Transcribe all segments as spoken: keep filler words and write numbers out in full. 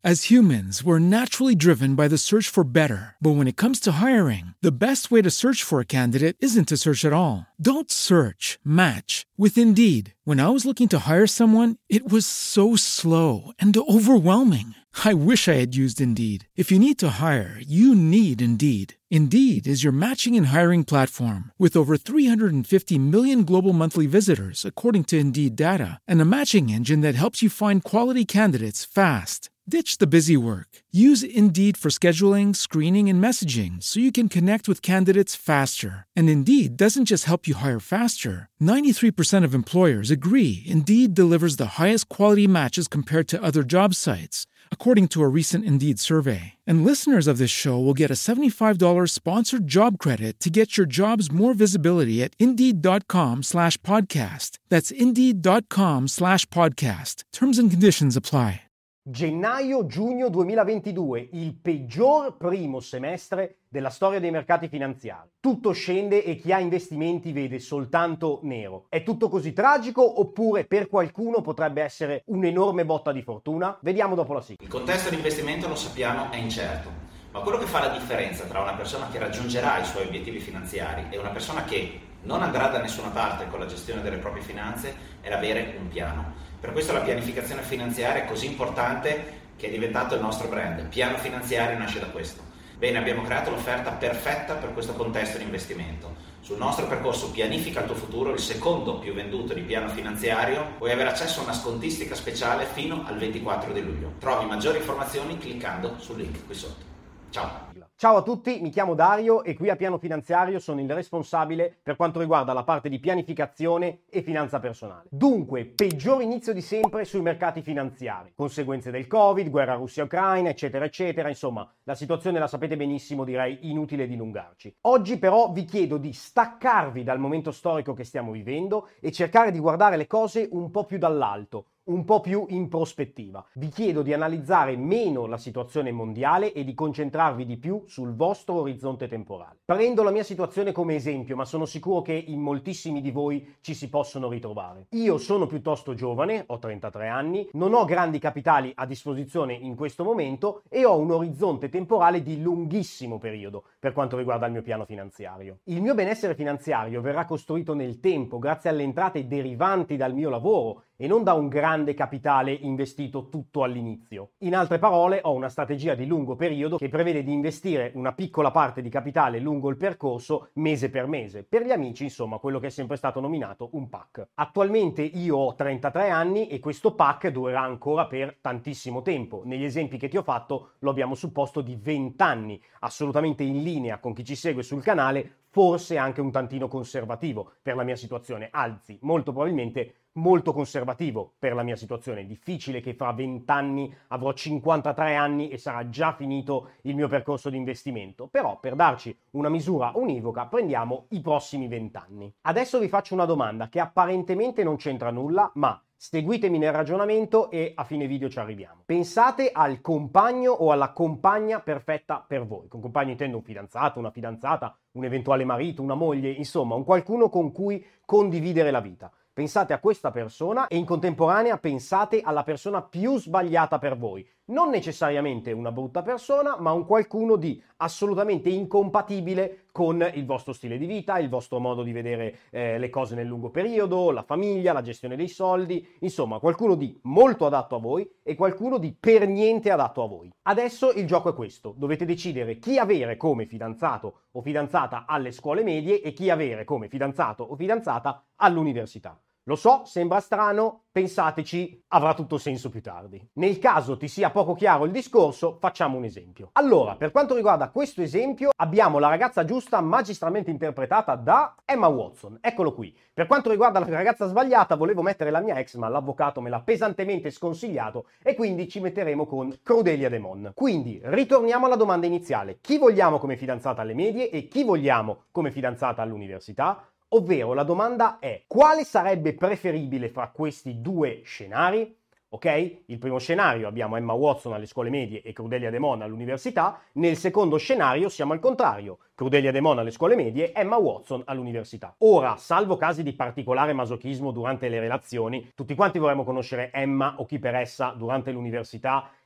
As humans, we're naturally driven by the search for better. But when it comes to hiring, the best way to search for a candidate isn't to search at all. Don't search, match with Indeed. When I was looking to hire someone, it was so slow and overwhelming. I wish I had used Indeed. If you need to hire, you need Indeed. Indeed is your matching and hiring platform with over three hundred fifty million global monthly visitors, according to Indeed data, and a matching engine that helps you find quality candidates fast. Ditch the busy work. Use Indeed for scheduling, screening, and messaging so you can connect with candidates faster. And Indeed doesn't just help you hire faster. ninety-three percent of employers agree Indeed delivers the highest quality matches compared to other job sites, according to a recent Indeed survey. And listeners of this show will get a seventy-five dollars sponsored job credit to get your jobs more visibility at Indeed.com slash podcast. That's Indeed.com slash podcast. Terms and conditions apply. Gennaio-giugno duemilaventidue, il peggior primo semestre della storia dei mercati finanziari. Tutto scende e chi ha investimenti vede soltanto nero. È tutto così tragico oppure per qualcuno potrebbe essere un'enorme botta di fortuna? Vediamo dopo la sigla. Il contesto di investimento, lo sappiamo, è incerto, ma quello che fa la differenza tra una persona che raggiungerà i suoi obiettivi finanziari e una persona che non andrà da nessuna parte con la gestione delle proprie finanze è l'avere un piano. Per questo la pianificazione finanziaria è così importante che è diventato il nostro brand. Piano finanziario nasce da questo. Bene, abbiamo creato l'offerta perfetta per questo contesto di investimento. Sul nostro percorso Pianifica il tuo futuro, il secondo più venduto di piano finanziario, puoi avere accesso a una scontistica speciale fino al ventiquattro di luglio. Trovi maggiori informazioni cliccando sul link qui sotto. Ciao! Ciao a tutti, mi chiamo Dario e qui a Piano Finanziario sono il responsabile per quanto riguarda la parte di pianificazione e finanza personale. Dunque, peggior inizio di sempre sui mercati finanziari, conseguenze del Covid, guerra Russia-Ucraina, eccetera, eccetera. Insomma, la situazione la sapete benissimo, direi inutile dilungarci. Oggi però vi chiedo di staccarvi dal momento storico che stiamo vivendo e cercare di guardare le cose un po' più dall'alto, un po' più in prospettiva. Vi chiedo di analizzare meno la situazione mondiale e di concentrarvi di più sul vostro orizzonte temporale. Prendo la mia situazione come esempio, ma sono sicuro che in moltissimi di voi ci si possono ritrovare. Io sono piuttosto giovane, ho trentatré anni, non ho grandi capitali a disposizione in questo momento e ho un orizzonte temporale di lunghissimo periodo per quanto riguarda il mio piano finanziario. Il mio benessere finanziario verrà costruito nel tempo grazie alle entrate derivanti dal mio lavoro e non da un grande capitale investito tutto all'inizio. In altre parole, ho una strategia di lungo periodo che prevede di investire una piccola parte di capitale lungo il percorso mese per mese. Per gli amici, insomma, quello che è sempre stato nominato un P A C. Attualmente io ho trentatré anni e questo P A C durerà ancora per tantissimo tempo. Negli esempi che ti ho fatto lo abbiamo supposto di venti anni, assolutamente in linea con chi ci segue sul canale, forse anche un tantino conservativo per la mia situazione, anzi, molto probabilmente molto conservativo per la mia situazione. Difficile che fra venti anni avrò cinquantatré anni e sarà già finito il mio percorso di investimento, però per darci una misura univoca prendiamo i prossimi venti anni. Adesso vi faccio una domanda che apparentemente non c'entra nulla, ma seguitemi nel ragionamento e a fine video ci arriviamo. Pensate al compagno o alla compagna perfetta per voi. Con compagno intendo un fidanzato, una fidanzata, un eventuale marito, una moglie, insomma un qualcuno con cui condividere la vita. Pensate a questa persona e in contemporanea pensate alla persona più sbagliata per voi. Non necessariamente una brutta persona, ma un qualcuno di assolutamente incompatibile con il vostro stile di vita, il vostro modo di vedere eh, le cose nel lungo periodo, la famiglia, la gestione dei soldi, insomma qualcuno di molto adatto a voi e qualcuno di per niente adatto a voi. Adesso il gioco è questo, dovete decidere chi avere come fidanzato o fidanzata alle scuole medie e chi avere come fidanzato o fidanzata all'università. Lo so, sembra strano, pensateci, avrà tutto senso più tardi. Nel caso ti sia poco chiaro il discorso, facciamo un esempio. Allora, per quanto riguarda questo esempio, abbiamo la ragazza giusta magistralmente interpretata da Emma Watson. Eccolo qui. Per quanto riguarda la ragazza sbagliata, volevo mettere la mia ex, ma l'avvocato me l'ha pesantemente sconsigliato e quindi ci metteremo con Crudelia De Mon. Quindi, ritorniamo alla domanda iniziale. Chi vogliamo come fidanzata alle medie e chi vogliamo come fidanzata all'università? Ovvero la domanda è: quale sarebbe preferibile fra questi due scenari? Ok? Il primo scenario abbiamo Emma Watson alle scuole medie e Crudelia De Mon all'università. Nel secondo scenario siamo al contrario. Crudelia De Mon alle scuole medie, Emma Watson all'università. Ora, salvo casi di particolare masochismo durante le relazioni, tutti quanti vorremmo conoscere Emma o chi per essa durante l'università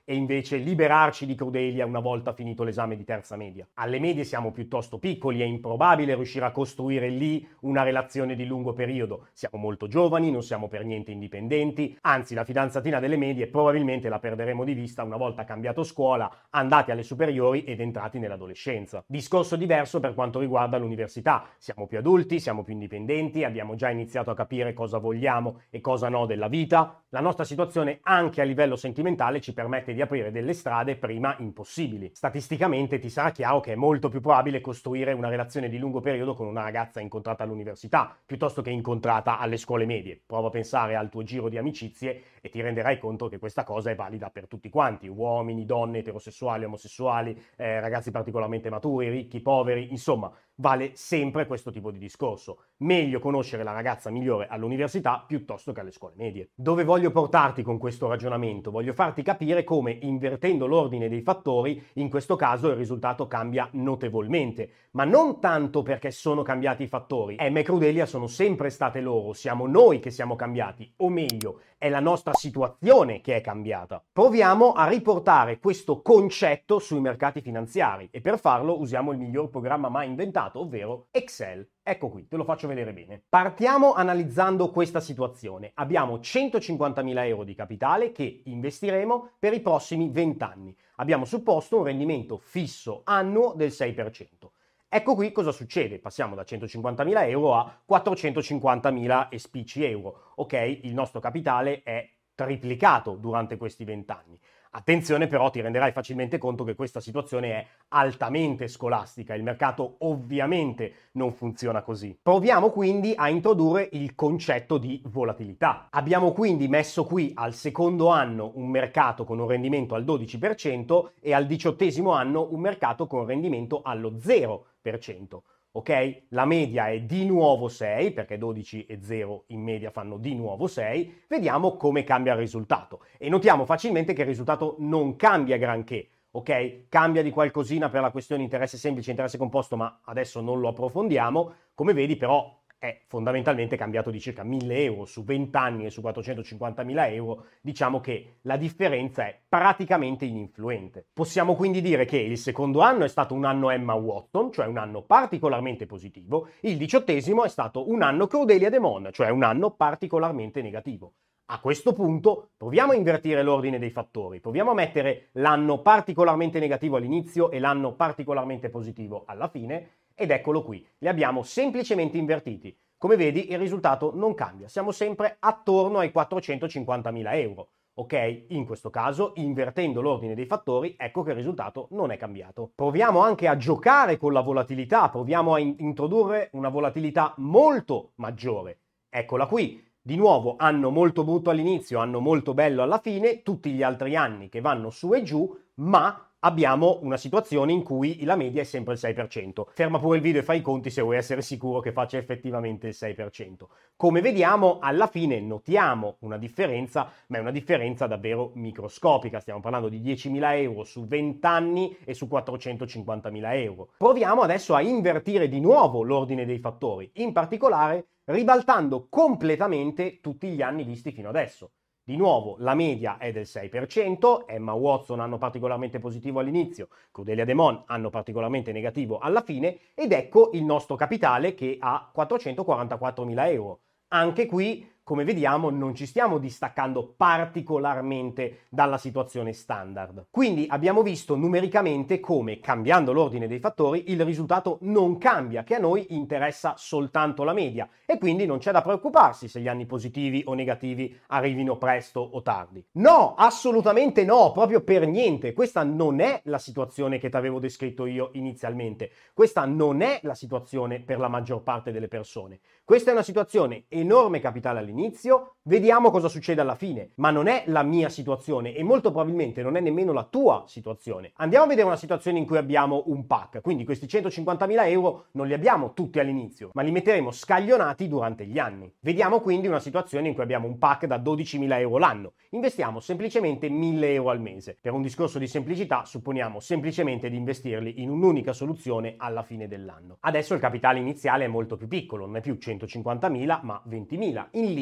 e invece liberarci di Crudelia una volta finito l'esame di terza media. Alle medie siamo piuttosto piccoli, è improbabile riuscire a costruire lì una relazione di lungo periodo. Siamo molto giovani, non siamo per niente indipendenti, anzi la fidanzatina delle medie probabilmente la perderemo di vista una volta cambiato scuola, andati alle superiori ed entrati nell'adolescenza. Discorso diverso per quanto riguarda l'università. Siamo più adulti, siamo più indipendenti, abbiamo già iniziato a capire cosa vogliamo e cosa no della vita. La nostra situazione anche a livello sentimentale ci permette di aprire delle strade prima impossibili. Statisticamente ti sarà chiaro che è molto più probabile costruire una relazione di lungo periodo con una ragazza incontrata all'università piuttosto che incontrata alle scuole medie. Prova a pensare al tuo giro di amicizie e ti renderai conto che questa cosa è valida per tutti quanti, uomini, donne, eterosessuali, omosessuali, eh, ragazzi particolarmente maturi, ricchi, poveri, insomma, vale sempre questo tipo di discorso. Meglio conoscere la ragazza migliore all'università piuttosto che alle scuole medie. Dove voglio portarti con questo ragionamento? Voglio farti capire come, invertendo l'ordine dei fattori, in questo caso il risultato cambia notevolmente, ma non tanto perché sono cambiati i fattori. Emma e Crudelia sono sempre state loro, siamo noi che siamo cambiati, o meglio, è la nostra situazione che è cambiata. Proviamo a riportare questo concetto sui mercati finanziari e per farlo usiamo il miglior programma mai inventato, ovvero Excel. Ecco qui, te lo faccio vedere bene. Partiamo analizzando questa situazione. Abbiamo centocinquantamila euro di capitale che investiremo per i prossimi venti anni. Abbiamo supposto un rendimento fisso annuo del sei per cento. Ecco qui cosa succede, passiamo da centocinquantamila euro a quattrocentocinquantamila e spicci euro. Ok, il nostro capitale è triplicato durante questi venti anni. Attenzione però, ti renderai facilmente conto che questa situazione è altamente scolastica, il mercato ovviamente non funziona così. Proviamo quindi a introdurre il concetto di volatilità. Abbiamo quindi messo qui al secondo anno un mercato con un rendimento al dodici per cento e al diciottesimo anno un mercato con rendimento allo zero per cento. Ok? La media è di nuovo sei, perché dodici e zero in media fanno di nuovo sei. Vediamo come cambia il risultato. E notiamo facilmente che il risultato non cambia granché. Ok? Cambia di qualcosina per la questione interesse semplice e interesse composto, ma adesso non lo approfondiamo. Come vedi però è fondamentalmente cambiato di circa mille euro su venti anni e su quattrocentocinquantamila euro, diciamo che la differenza è praticamente ininfluente. Possiamo quindi dire che il secondo anno è stato un anno Emma Watson, cioè un anno particolarmente positivo, il diciottesimo è stato un anno Crudelia Demon, cioè un anno particolarmente negativo. A questo punto proviamo a invertire l'ordine dei fattori, proviamo a mettere l'anno particolarmente negativo all'inizio e l'anno particolarmente positivo alla fine, ed eccolo qui, li abbiamo semplicemente invertiti. Come vedi il risultato non cambia, siamo sempre attorno ai quattrocentocinquantamila euro. Ok? In questo caso, invertendo l'ordine dei fattori, ecco che il risultato non è cambiato. Proviamo anche a giocare con la volatilità, proviamo a in- introdurre una volatilità molto maggiore. Eccola qui. Di nuovo, anno molto brutto all'inizio, anno molto bello alla fine, tutti gli altri anni che vanno su e giù, ma abbiamo una situazione in cui la media è sempre il sei per cento. Ferma pure il video e fai i conti se vuoi essere sicuro che faccia effettivamente il sei per cento. Come vediamo, alla fine notiamo una differenza, ma è una differenza davvero microscopica. Stiamo parlando di diecimila euro su venti anni e su quattrocentocinquantamila euro. Proviamo adesso a invertire di nuovo l'ordine dei fattori, in particolare ribaltando completamente tutti gli anni visti fino adesso. Di nuovo, la media è del sei per cento, Emma Watson anno particolarmente positivo all'inizio, Crudelia Demon anno particolarmente negativo alla fine, ed ecco il nostro capitale che ha quattrocentoquarantaquattromila euro. Anche qui, come vediamo, non ci stiamo distaccando particolarmente dalla situazione standard. Quindi abbiamo visto numericamente come, cambiando l'ordine dei fattori, il risultato non cambia, che a noi interessa soltanto la media, e quindi non c'è da preoccuparsi se gli anni positivi o negativi arrivino presto o tardi. No, assolutamente no, proprio per niente. Questa non è la situazione che ti avevo descritto io inizialmente. Questa non è la situazione per la maggior parte delle persone. Questa è una situazione enorme capitale all'inizio, vediamo cosa succede alla fine, ma non è la mia situazione e molto probabilmente non è nemmeno la tua situazione. Andiamo a vedere una situazione in cui abbiamo un pack, quindi questi centocinquantamila euro non li abbiamo tutti all'inizio, ma li metteremo scaglionati durante gli anni. Vediamo quindi una situazione in cui abbiamo un pack da dodicimila euro l'anno, investiamo semplicemente mille euro al mese. Per un discorso di semplicità supponiamo semplicemente di investirli in un'unica soluzione alla fine dell'anno. Adesso il capitale iniziale è molto più piccolo, non è più centocinquantamila ma ventimila. In linea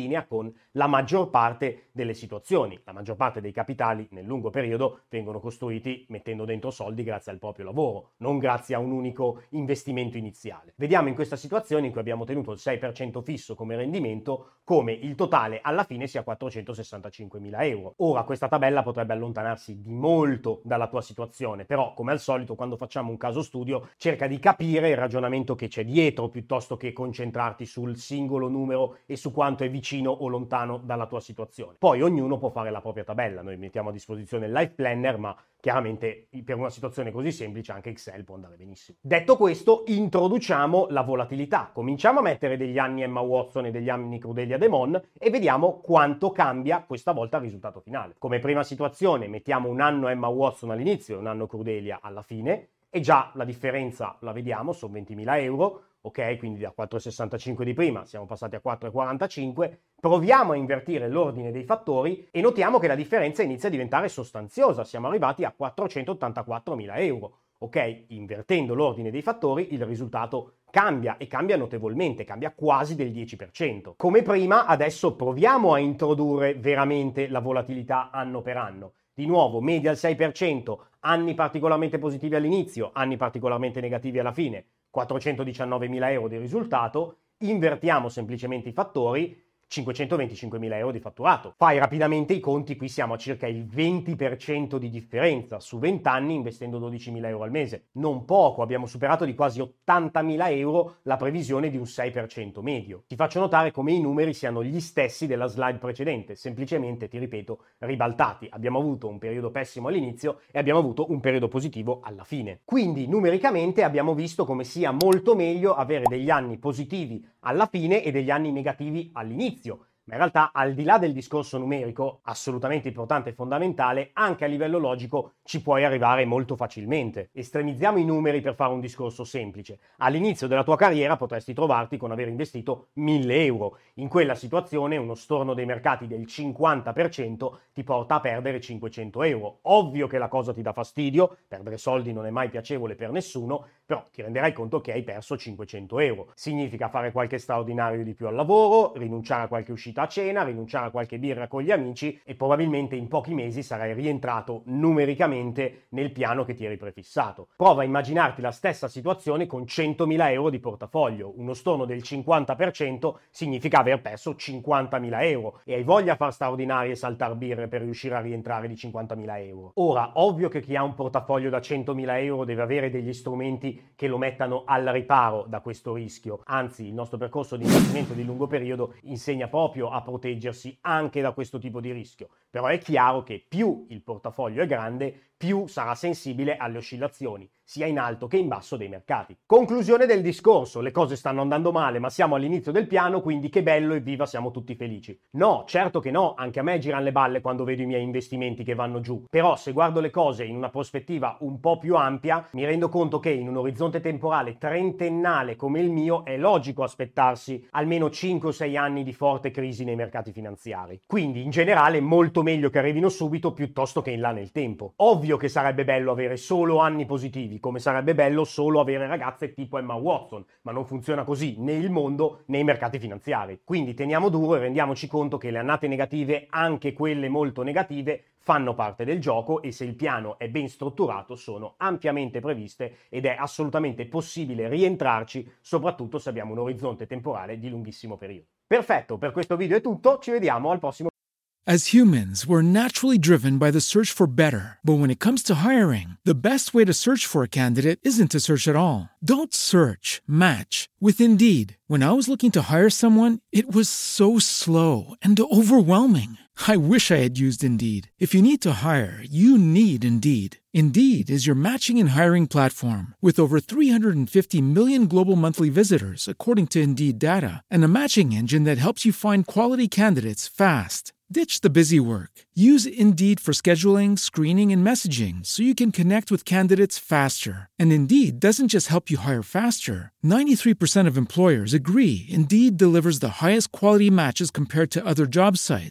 linea con la maggior parte delle situazioni. La maggior parte dei capitali nel lungo periodo vengono costruiti mettendo dentro soldi grazie al proprio lavoro, non grazie a un unico investimento iniziale. Vediamo in questa situazione in cui abbiamo ottenuto il sei per cento fisso come rendimento, come il totale alla fine sia quattrocentosessantacinquemila euro. Ora questa tabella potrebbe allontanarsi di molto dalla tua situazione, però come al solito quando facciamo un caso studio cerca di capire il ragionamento che c'è dietro piuttosto che concentrarti sul singolo numero e su quanto è vicino o lontano dalla tua situazione. Poi ognuno può fare la propria tabella, noi mettiamo a disposizione il Life Planner, ma chiaramente per una situazione così semplice anche Excel può andare benissimo. Detto questo, introduciamo la volatilità. Cominciamo a mettere degli anni Emma Watson e degli anni Crudelia Demon e vediamo quanto cambia questa volta il risultato finale. Come prima situazione mettiamo un anno Emma Watson all'inizio e un anno Crudelia alla fine e già la differenza la vediamo, sono ventimila euro. Ok, quindi da quattro virgola sessantacinque di prima siamo passati a quattro virgola quarantacinque. Proviamo a invertire l'ordine dei fattori e notiamo che la differenza inizia a diventare sostanziosa. Siamo arrivati a quattrocentottantaquattromila euro. Ok, invertendo l'ordine dei fattori il risultato cambia e cambia notevolmente, cambia quasi del dieci per cento. Come prima, adesso proviamo a introdurre veramente la volatilità anno per anno. Di nuovo, media al sei per cento, anni particolarmente positivi all'inizio, anni particolarmente negativi alla fine. quattrocentodiciannovemila euro di risultato, invertiamo semplicemente i fattori, cinquecentoventicinquemila euro di fatturato. Fai rapidamente i conti, qui siamo a circa il venti per cento di differenza su venti anni investendo dodicimila euro al mese. Non poco, abbiamo superato di quasi ottantamila euro la previsione di un sei per cento medio. Ti faccio notare come i numeri siano gli stessi della slide precedente, semplicemente, ti ripeto, ribaltati. Abbiamo avuto un periodo pessimo all'inizio e abbiamo avuto un periodo positivo alla fine. Quindi numericamente abbiamo visto come sia molto meglio avere degli anni positivi alla fine e degli anni negativi all'inizio. Ma in realtà, al di là del discorso numerico, assolutamente importante e fondamentale, anche a livello logico ci puoi arrivare molto facilmente. Estremizziamo i numeri per fare un discorso semplice. All'inizio della tua carriera potresti trovarti con aver investito mille euro. In quella situazione uno storno dei mercati del cinquanta per cento ti porta a perdere cinquecento euro. Ovvio che la cosa ti dà fastidio, perdere soldi non è mai piacevole per nessuno, però ti renderai conto che hai perso cinquecento euro. Significa fare qualche straordinario di più al lavoro, rinunciare a qualche uscita a cena, rinunciare a qualche birra con gli amici e probabilmente in pochi mesi sarai rientrato numericamente nel piano che ti eri prefissato. Prova a immaginarti la stessa situazione con centomila euro di portafoglio. Uno storno del cinquanta per cento significa aver perso cinquantamila euro e hai voglia a far straordinari e saltar birre per riuscire a rientrare di cinquantamila euro. Ora, ovvio che chi ha un portafoglio da centomila euro deve avere degli strumenti che lo mettano al riparo da questo rischio. Anzi, il nostro percorso di investimento di lungo periodo insegna proprio a proteggersi anche da questo tipo di rischio. Però è chiaro che più il portafoglio è grande, più sarà sensibile alle oscillazioni, sia in alto che in basso dei mercati. Conclusione del discorso: le cose stanno andando male, ma siamo all'inizio del piano, quindi che bello e viva, siamo tutti felici. No, certo che no, anche a me girano le balle quando vedo i miei investimenti che vanno giù. Però se guardo le cose in una prospettiva un po' più ampia, mi rendo conto che in un orizzonte temporale trentennale come il mio è logico aspettarsi almeno cinque o sei anni di forte crisi nei mercati finanziari. Quindi in generale è molto meglio che arrivino subito piuttosto che in là nel tempo. Ovvio che sarebbe bello avere solo anni positivi, come sarebbe bello solo avere ragazze tipo Emma Watson, ma non funziona così né il mondo né i mercati finanziari. Quindi teniamo duro e rendiamoci conto che le annate negative, anche quelle molto negative, fanno parte del gioco e se il piano è ben strutturato sono ampiamente previste ed è assolutamente possibile rientrarci, soprattutto se abbiamo un orizzonte temporale di lunghissimo periodo. Perfetto, per questo video è tutto, ci vediamo al prossimo. As humans, we're naturally driven by the search for better. But when it comes to hiring, the best way to search for a candidate isn't to search at all. Don't search, match with Indeed. When I was looking to hire someone, it was so slow and overwhelming. I wish I had used Indeed. If you need to hire, you need Indeed. Indeed is your matching and hiring platform with over three hundred fifty million global monthly visitors, according to Indeed data, and a matching engine that helps you find quality candidates fast. Ditch the busy work. Use Indeed for scheduling, screening, and messaging so you can connect with candidates faster. And Indeed doesn't just help you hire faster. ninety-three percent of employers agree Indeed delivers the highest quality matches compared to other job sites.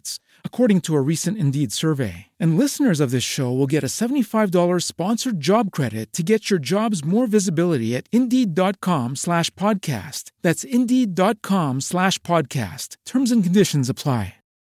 according to a recent Indeed survey. And listeners of this show will get a seventy-five dollars sponsored job credit to get your jobs more visibility at Indeed.com slash podcast. That's Indeed.com slash podcast. Terms and conditions apply.